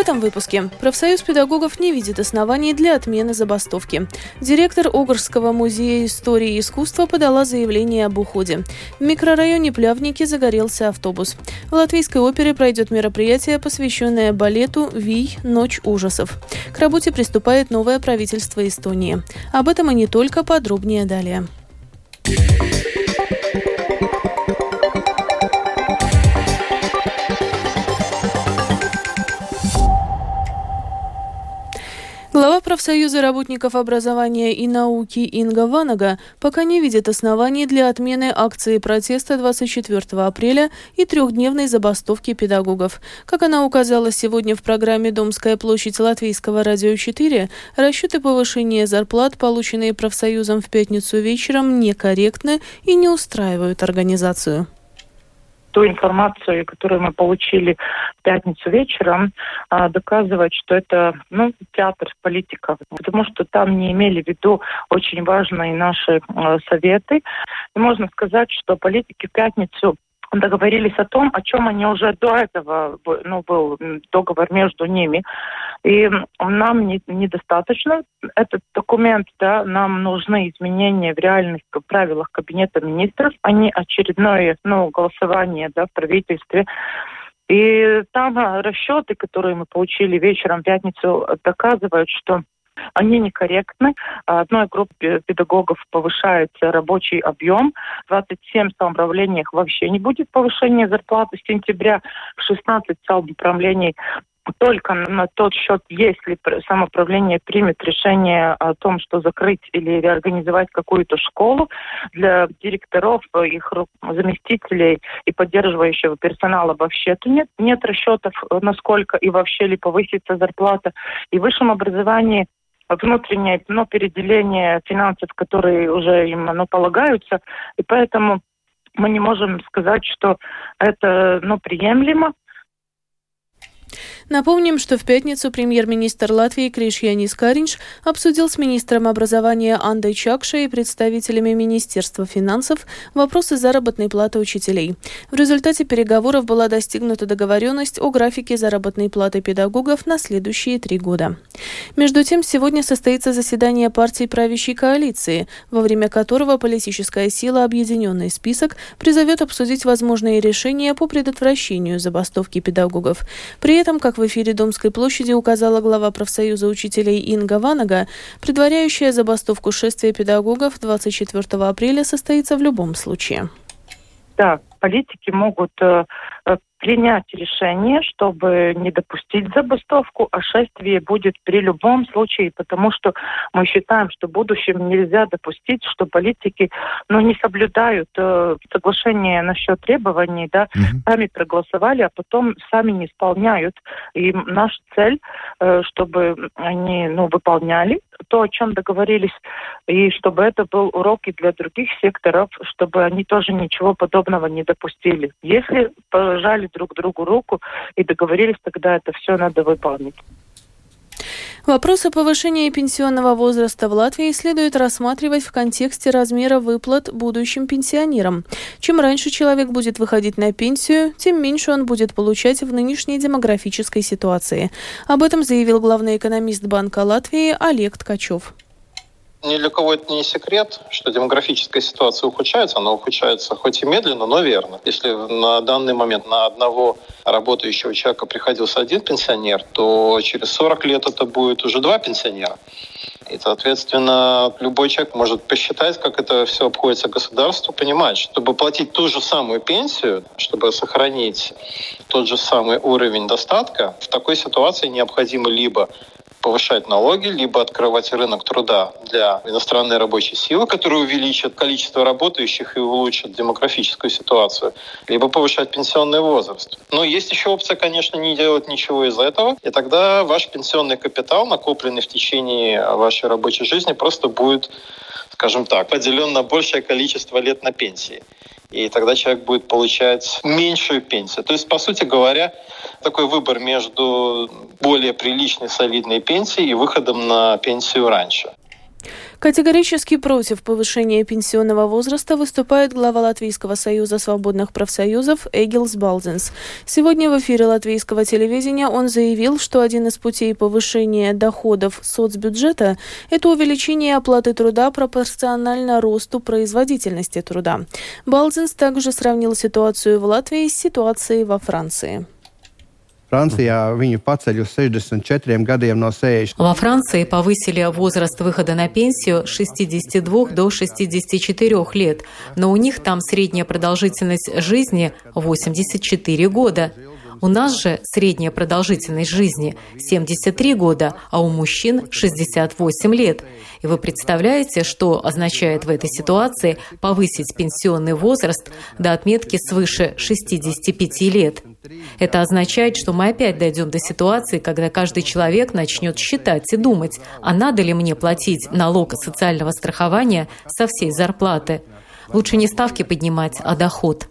этом выпуске профсоюз педагогов не видит оснований для отмены забастовки. Директор Огрского музея истории и искусства подала заявление об уходе. В микрорайоне Плявники загорелся автобус. В Латвийской опере пройдет мероприятие, посвященное балету «Вий. Ночь ужасов». К работе приступает новое правительство Эстонии. Об этом и не только, подробнее далее. Глава профсоюза работников образования и науки Инга Ванага пока не видит оснований для отмены акции протеста 24 апреля и трехдневной забастовки педагогов. Как она указала сегодня в программе «Домская площадь» Латвийского радио 4, расчеты повышения зарплат, полученные профсоюзом в пятницу вечером, некорректны и не устраивают организацию. Ту информацию, которую мы получили в пятницу вечером, доказывает, что это театр политиков, потому что там не имели в виду очень важные наши советы. И можно сказать, что политики в пятницу договорились о том, о чем они уже до этого, был договор между ними. И нам недостаточно этот документ, нам нужны изменения в реальных правилах Кабинета министров, а не очередное голосование в правительстве. И там расчеты, которые мы получили вечером в пятницу, доказывают, что они некорректны. Одной группе педагогов повышается рабочий объем. В 27 самоуправлениях вообще не будет повышения зарплаты с сентября. В 16 самоуправлений только на тот счет, если самоуправление примет решение о том, что закрыть или реорганизовать какую-то школу. Для директоров, их заместителей и поддерживающего персонала вообще-то нет расчетов, насколько и вообще ли повысится зарплата. И в высшем образовании внутреннее переделение финансов, которые уже им полагаются, и поэтому мы не можем сказать, что это приемлемо. Напомним, что в пятницу премьер-министр Латвии Кришьянис Кариньш обсудил с министром образования Андой Чакшей и представителями Министерства финансов вопросы заработной платы учителей. В результате переговоров была достигнута договоренность о графике заработной платы педагогов на следующие 3 года. Между тем, сегодня состоится заседание партии правящей коалиции, во время которого политическая сила «Объединенный список» призовет обсудить возможные решения по предотвращению забастовки педагогов. При этом, как в эфире Домской площади указала глава профсоюза учителей Инга Ванага, предваряющая забастовку шествия педагогов 24 апреля состоится в любом случае. Да, политики могут принять решение, чтобы не допустить забастовку, а шествие будет при любом случае, потому что мы считаем, что в будущем нельзя допустить, что политики не соблюдают соглашение насчет требований, сами проголосовали, а потом сами не исполняют. И наша цель, чтобы они выполняли то, о чем договорились, и чтобы это был урок и для других секторов, чтобы они тоже ничего подобного не допустили. Если пожали друг другу руку и договорились, тогда это все надо выполнить. Вопрос о повышении пенсионного возраста в Латвии следует рассматривать в контексте размера выплат будущим пенсионерам. Чем раньше человек будет выходить на пенсию, тем меньше он будет получать в нынешней демографической ситуации. Об этом заявил главный экономист Банка Латвии Олег Ткачев. Ни для кого это не секрет, что демографическая ситуация ухудшается. Она ухудшается хоть и медленно, но верно. Если на данный момент на одного работающего человека приходился один пенсионер, то через 40 лет это будет уже 2 пенсионера. И, соответственно, любой человек может посчитать, как это все обходится государству, понимать, чтобы платить ту же самую пенсию, чтобы сохранить тот же самый уровень достатка, в такой ситуации необходимо либо повышать налоги, либо открывать рынок труда для иностранной рабочей силы, которая увеличит количество работающих и улучшит демографическую ситуацию, либо повышать пенсионный возраст. Но есть еще опция, конечно, не делать ничего из этого, и тогда ваш пенсионный капитал, накопленный в течение вашей рабочей жизни, просто будет, скажем так, поделен на большее количество лет на пенсии. И тогда человек будет получать меньшую пенсию. То есть, по сути говоря, такой выбор между более приличной, солидной пенсией и выходом на пенсию раньше. Категорически против повышения пенсионного возраста выступает глава Латвийского союза свободных профсоюзов Эгилс Балдзенс. Сегодня в эфире латвийского телевидения он заявил, что один из путей повышения доходов соцбюджета – это увеличение оплаты труда пропорционально росту производительности труда. Балдзенс также сравнил ситуацию в Латвии с ситуацией во Франции. Во Франции повысили возраст выхода на пенсию с 62 до 64 лет, но у них там средняя продолжительность жизни 84 года. У нас же средняя продолжительность жизни 73 года, а у мужчин 68 лет. И вы представляете, что означает в этой ситуации повысить пенсионный возраст до отметки свыше 65 лет? Это означает, что мы опять дойдем до ситуации, когда каждый человек начнет считать и думать, а надо ли мне платить налог социального страхования со всей зарплаты. Лучше не ставки поднимать, а доход.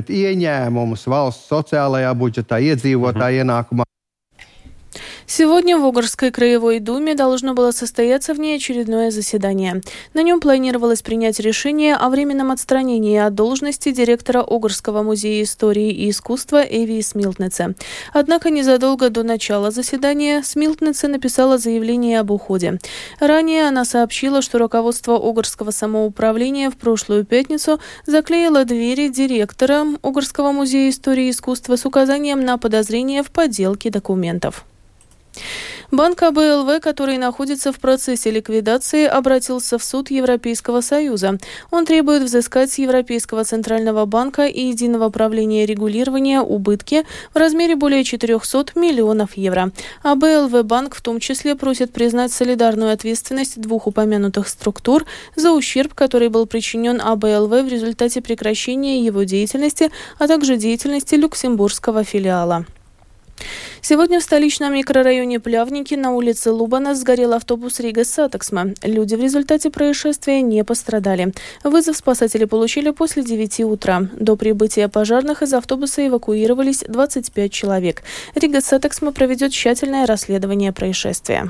Сегодня в Огрской краевой думе должно было состояться внеочередное заседание. На нем планировалось принять решение о временном отстранении от должности директора Огрского музея истории и искусства Эви Смилтнеце. Однако незадолго до начала заседания Смилтнеце написала заявление об уходе. Ранее она сообщила, что руководство Огрского самоуправления в прошлую пятницу заклеило двери директора Огрского музея истории и искусства с указанием на подозрение в подделке документов. Банк АБЛВ, который находится в процессе ликвидации, обратился в суд Европейского Союза. Он требует взыскать с Европейского Центрального банка и Единого правления регулирования убытки в размере более 400 миллионов евро. АБЛВ банк в том числе просит признать солидарную ответственность двух упомянутых структур за ущерб, который был причинен АБЛВ в результате прекращения его деятельности, а также деятельности люксембургского филиала. Сегодня в столичном микрорайоне Плявники на улице Лубана сгорел автобус Рига-Сатексма. Люди в результате происшествия не пострадали. Вызов спасатели получили после 9 утра. До прибытия пожарных из автобуса эвакуировались 25 человек. Рига-Сатексма проведет тщательное расследование происшествия.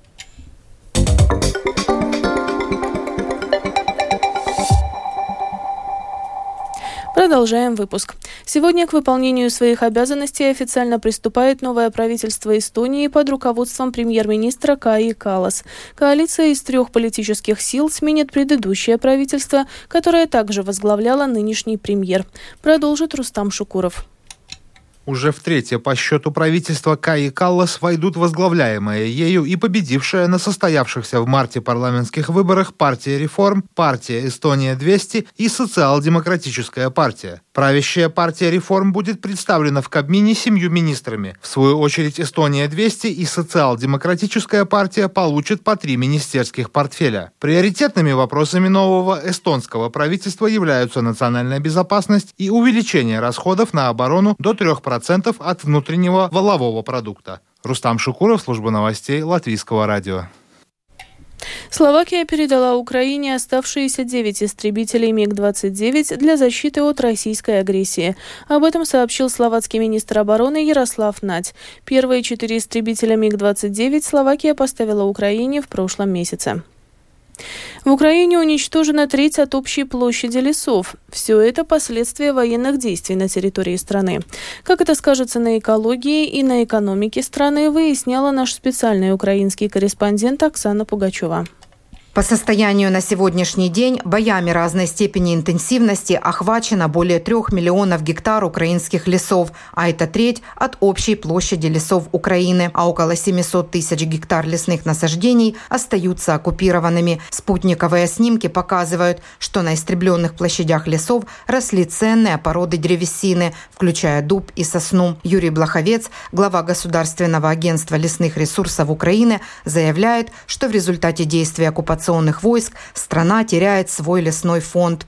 Продолжаем выпуск. Сегодня к выполнению своих обязанностей официально приступает новое правительство Эстонии под руководством премьер-министра Каи Каллас. Коалиция из 3 политических сил сменит предыдущее правительство, которое также возглавляла нынешний премьер. Продолжит Рустам Шукуров. Уже в 3-е по счету правительство Каи Каллас войдут возглавляемое ею и победившая на состоявшихся в марте парламентских выборах партия Реформ, партия Эстония-200 и Социал-демократическая партия. Правящая партия Реформ будет представлена в Кабмине 7 министрами. В свою очередь Эстония-200 и Социал-демократическая партия получат по 3 министерских портфеля. Приоритетными вопросами нового эстонского правительства являются национальная безопасность и увеличение расходов на оборону до 3% от внутреннего валового продукта. Рустам Шукуров, служба новостей Латвийского радио. Словакия передала Украине оставшиеся 9 истребителей МиГ-29 для защиты от российской агрессии. Об этом сообщил словацкий министр обороны Ярослав Надь. Первые 4 истребителя МиГ-29 Словакия поставила Украине в прошлом месяце. В Украине уничтожена 1/3 от общей площади лесов. Все это последствия военных действий на территории страны. Как это скажется на экологии и на экономике страны, выясняла наш специальный украинский корреспондент Оксана Пугачева. По состоянию на сегодняшний день боями разной степени интенсивности охвачено более 3 миллионов гектар украинских лесов, а это 1/3 от общей площади лесов Украины, а около 700 тысяч гектар лесных насаждений остаются оккупированными. Спутниковые снимки показывают, что на истребленных площадях лесов росли ценные породы древесины, включая дуб и сосну. Юрий Блаховец, глава Государственного агентства лесных ресурсов Украины, заявляет, что в результате действий оккупационных войск страна теряет свой лесной фонд.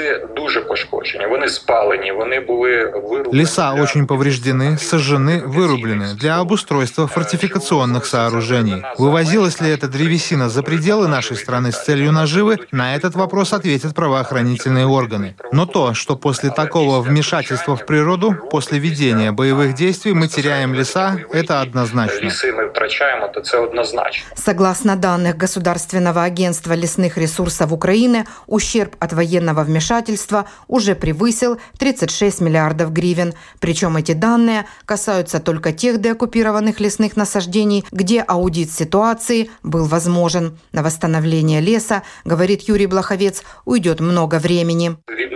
Леса очень повреждены, сожжены, вырублены для обустройства фортификационных сооружений. Вывозилась ли эта древесина за пределы нашей страны с целью наживы? На этот вопрос ответят правоохранительные органы. Но то, что после такого вмешательства в природу, после ведения боевых действий мы теряем леса, это однозначно. Согласно данных Государственного агентства Агентства лесных ресурсов Украины ущерб от военного вмешательства уже превысил 36 миллиардов гривен. Причем эти данные касаются только тех деоккупированных лесных насаждений, где аудит ситуации был возможен. На восстановление леса, говорит Юрий Блаховец, уйдет много времени.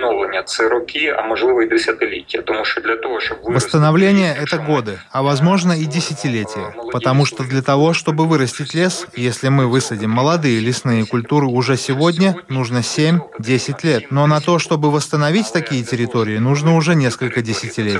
Восстановление – это годы, а возможно и десятилетия. Потому что для того, чтобы вырастить лес, если мы высадим молодые лесные культуры уже сегодня, нужно 7-10 лет. Но на то, чтобы восстановить такие территории, нужно уже несколько десятилетий.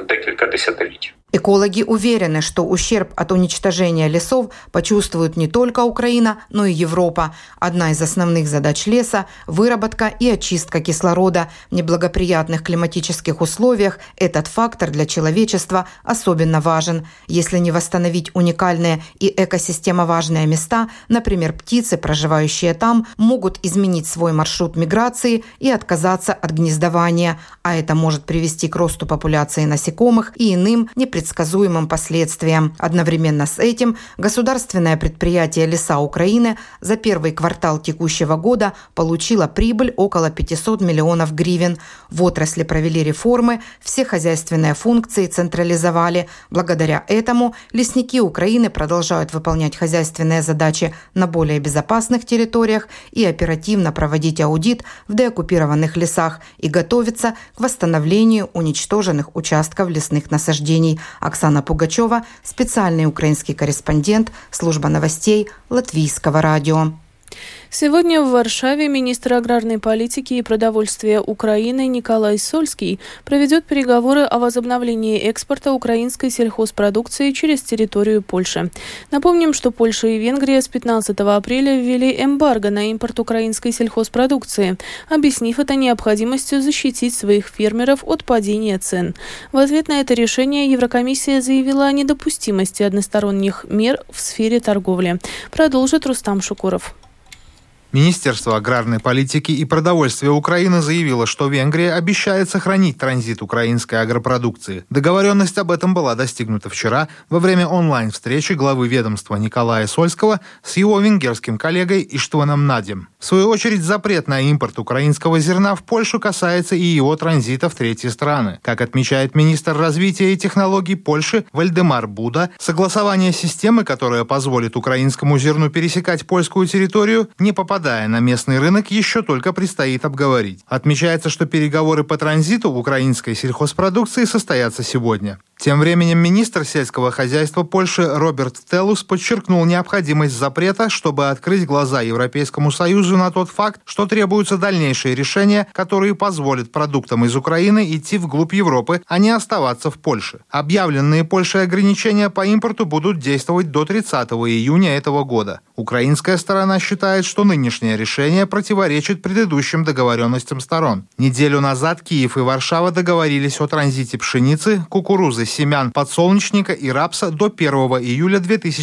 Экологи уверены, что ущерб от уничтожения лесов почувствует не только Украина, но и Европа. Одна из основных задач леса – выработка и очистка кислорода. В неблагоприятных климатических условиях этот фактор для человечества особенно важен. Если не восстановить уникальные и экосистемоважные места, например, птицы, проживающие там, могут изменить свой маршрут миграции и отказаться от гнездования. А это может привести к росту популяции насекомых и иным непредсказуемым последствиям. Одновременно с этим государственное предприятие «Леса Украины» за первый квартал текущего года получило прибыль около 500 миллионов гривен. В отрасли провели реформы, все хозяйственные функции централизовали. Благодаря этому лесники Украины продолжают выполнять хозяйственные задачи на более безопасных территориях и оперативно проводить аудит в деоккупированных лесах и готовиться к восстановлению уничтоженных участков лесных насаждений. Оксана Пугачева, специальный украинский корреспондент, служба новостей Латвийского радио. Сегодня в Варшаве министр аграрной политики и продовольствия Украины Николай Сольский проведет переговоры о возобновлении экспорта украинской сельхозпродукции через территорию Польши. Напомним, что Польша и Венгрия с 15 апреля ввели эмбарго на импорт украинской сельхозпродукции, объяснив это необходимостью защитить своих фермеров от падения цен. В ответ на это решение Еврокомиссия заявила о недопустимости односторонних мер в сфере торговли. Продолжит Рустам Шукуров. Министерство аграрной политики и продовольствия Украины заявило, что Венгрия обещает сохранить транзит украинской агропродукции. Договоренность об этом была достигнута вчера во время онлайн-встречи главы ведомства Николая Сольского с его венгерским коллегой Иштваном Надем. В свою очередь, запрет на импорт украинского зерна в Польшу касается и его транзита в третьи страны. Как отмечает министр развития и технологий Польши Вальдемар Буда, согласование системы, которая позволит украинскому зерну пересекать польскую территорию, не попадает на местный рынок, еще только предстоит обговорить. Отмечается, что переговоры по транзиту украинской сельхозпродукции состоятся сегодня. Тем временем министр сельского хозяйства Польши Роберт Телус подчеркнул необходимость запрета, чтобы открыть глаза Европейскому Союзу на тот факт, что требуются дальнейшие решения, которые позволят продуктам из Украины идти вглубь Европы, а не оставаться в Польше. Объявленные Польшей ограничения по импорту будут действовать до 30 июня этого года. Украинская сторона считает, что нынешнее решение противоречит предыдущим договоренностям сторон. Неделю назад Киев и Варшава договорились о транзите пшеницы, кукурузы, семян подсолнечника и рапса до 1 июля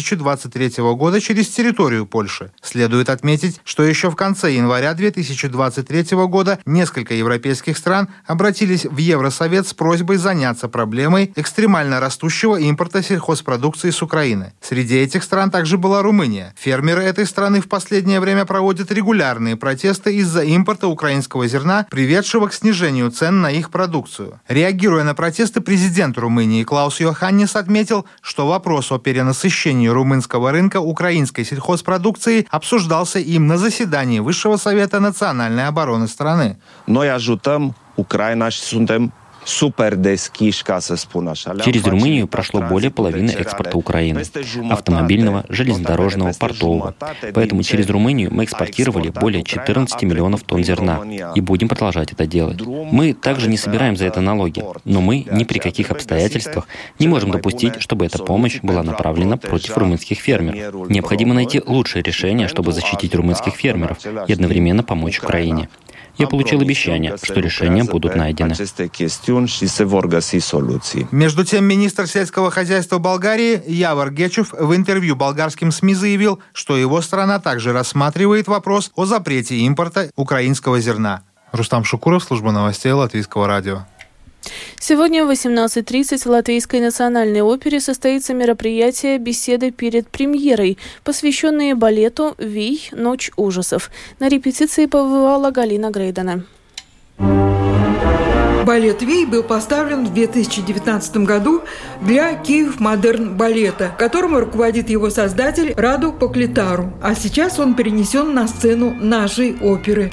2023 года через территорию Польши. Следует отметить, что еще в конце января 2023 года несколько европейских стран обратились в Евросовет с просьбой заняться проблемой экстремально растущего импорта сельхозпродукции с Украины. Среди этих стран также была Румыния. Фермеры этой страны в последнее время проводят регулярные протесты из-за импорта украинского зерна, приведшего к снижению цен на их продукцию. Реагируя на протесты, президент Румынии Клаус Йоханнис отметил, что вопрос о перенасыщении румынского рынка украинской сельхозпродукции обсуждался им на заседании Высшего совета национальной обороны страны. Noi ajutăm Ucraina și suntem Через Румынию прошло более половины экспорта Украины – автомобильного, железнодорожного, портового. Поэтому через Румынию мы экспортировали более 14 миллионов тонн зерна и будем продолжать это делать. Мы также не собираем за это налоги, но мы ни при каких обстоятельствах не можем допустить, чтобы эта помощь была направлена против румынских фермеров. Необходимо найти лучшее решение, чтобы защитить румынских фермеров и одновременно помочь Украине. Я получил обещание, что решения будут найдены. Между тем, министр сельского хозяйства Болгарии Явор Гечев в интервью болгарским СМИ заявил, что его страна также рассматривает вопрос о запрете импорта украинского зерна. Рустам Шукуров, служба новостей Латвийского радио. Сегодня в 18:30 в Латвийской национальной опере состоится мероприятие «Беседы перед премьерой», посвященные балету «Вий. Ночь ужасов». На репетиции побывала Галина Грейдена. Балет «Вий» был поставлен в 2019 году для Киев Модерн балета, которому руководит его создатель Раду Поклитару. А сейчас он перенесен на сцену нашей оперы.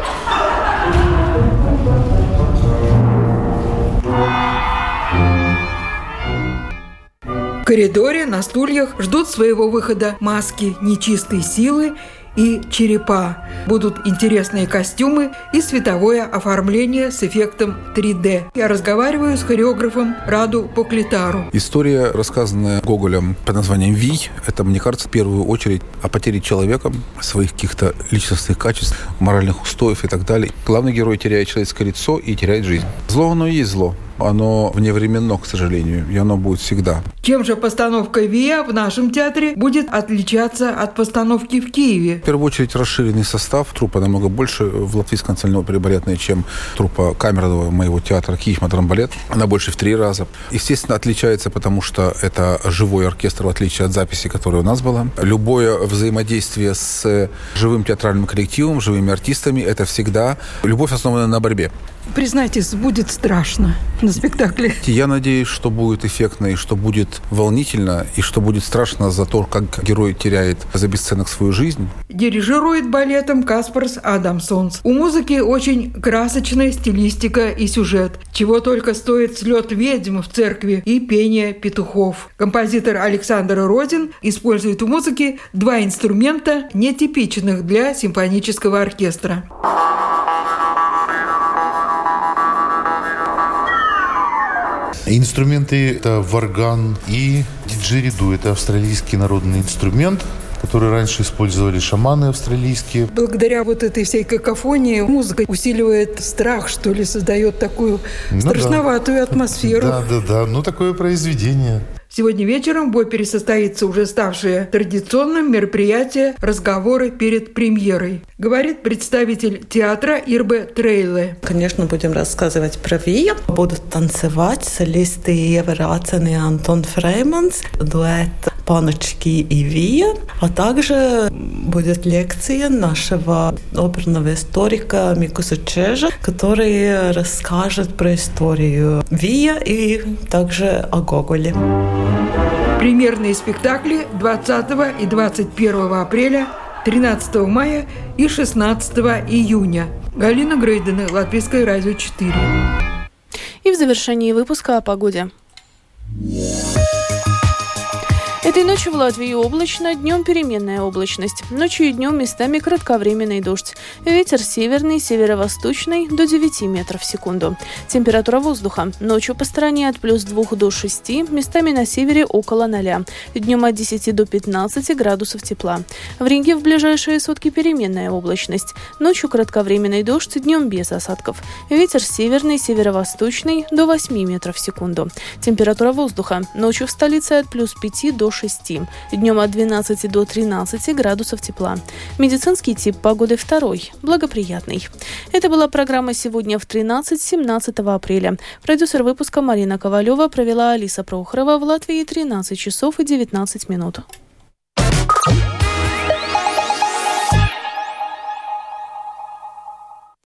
В коридоре на стульях ждут своего выхода маски нечистой силы и черепа. Будут интересные костюмы и световое оформление с эффектом 3D. Я разговариваю с хореографом Раду Поклитару. История, рассказанная Гоголем под названием «Вий», это, мне кажется, в первую очередь о потере человеком своих каких-то личностных качеств, моральных устоев и так далее. Главный герой теряет человеческое лицо и теряет жизнь. Зло, оно и есть зло. Оно вневременно, к сожалению, и оно будет всегда. Чем же постановка «Вия» в нашем театре будет отличаться от постановки в Киеве? В первую очередь расширенный состав. Труппа намного больше в Латвийской национальной опере балетной, чем труппа камерного моего театра «Киев Модерн балет». Она больше в 3 раза. Естественно, отличается, потому что это живой оркестр, в отличие от записи, которая у нас была. Любое взаимодействие с живым театральным коллективом, живыми артистами – это всегда любовь, основанная на борьбе. Признайтесь, будет страшно на спектакле. Я надеюсь, что будет эффектно, и что будет волнительно, и что будет страшно за то, как герой теряет за бесценок свою жизнь. Дирижирует балетом Каспарс Адамсонс. У музыки очень красочная стилистика и сюжет. Чего только стоит слет ведьм в церкви и пение петухов. Композитор Александр Родин использует в музыке 2 инструмента, нетипичных для симфонического оркестра. Инструменты – это варган и диджериду. Это австралийский народный инструмент, который раньше использовали шаманы австралийские. Благодаря вот этой всей какофонии музыка усиливает страх, что ли, создает такую страшноватую атмосферу. Да. Такое произведение. Сегодня вечером в опере состоится уже ставшее традиционным мероприятие «Разговоры перед премьерой», говорит представитель театра Ирбе Трейле. Конечно, будем рассказывать про Вию. Будут танцевать солисты Ева Рацен и Антон Фрейманс, дуэт «Паночки и Вия», а также будет лекция нашего оперного историка Микуса Чежа, который расскажет про историю Вия и также о Гоголе. Премьерные спектакли 20 и 21 апреля, 13 мая и 16 июня. Галина Грейдена, Латвийское радио 4. И в завершении выпуска о погоде. Этой ночью в Латвии облачно, днем переменная облачность. Ночью и днем местами кратковременный дождь. Ветер северный, северо-восточный до 9 метров в секунду. Температура воздуха. Ночью по стране от +2 до 6, местами на севере около 0. Днем от 10 до 15 градусов тепла. В Риге в ближайшие сутки переменная облачность. Ночью кратковременный дождь, днем без осадков. Ветер северный, северо-восточный до 8 метров в секунду. Температура воздуха. Ночью в столице от +5 до 6. Днем от 12 до 13 градусов тепла. Медицинский тип погоды 2, благоприятный. Это была программа «Сегодня в 13-17 апреля». Продюсер выпуска Марина Ковалева, провела Алиса Прохорова. В Латвии 13 часов и 19 минут.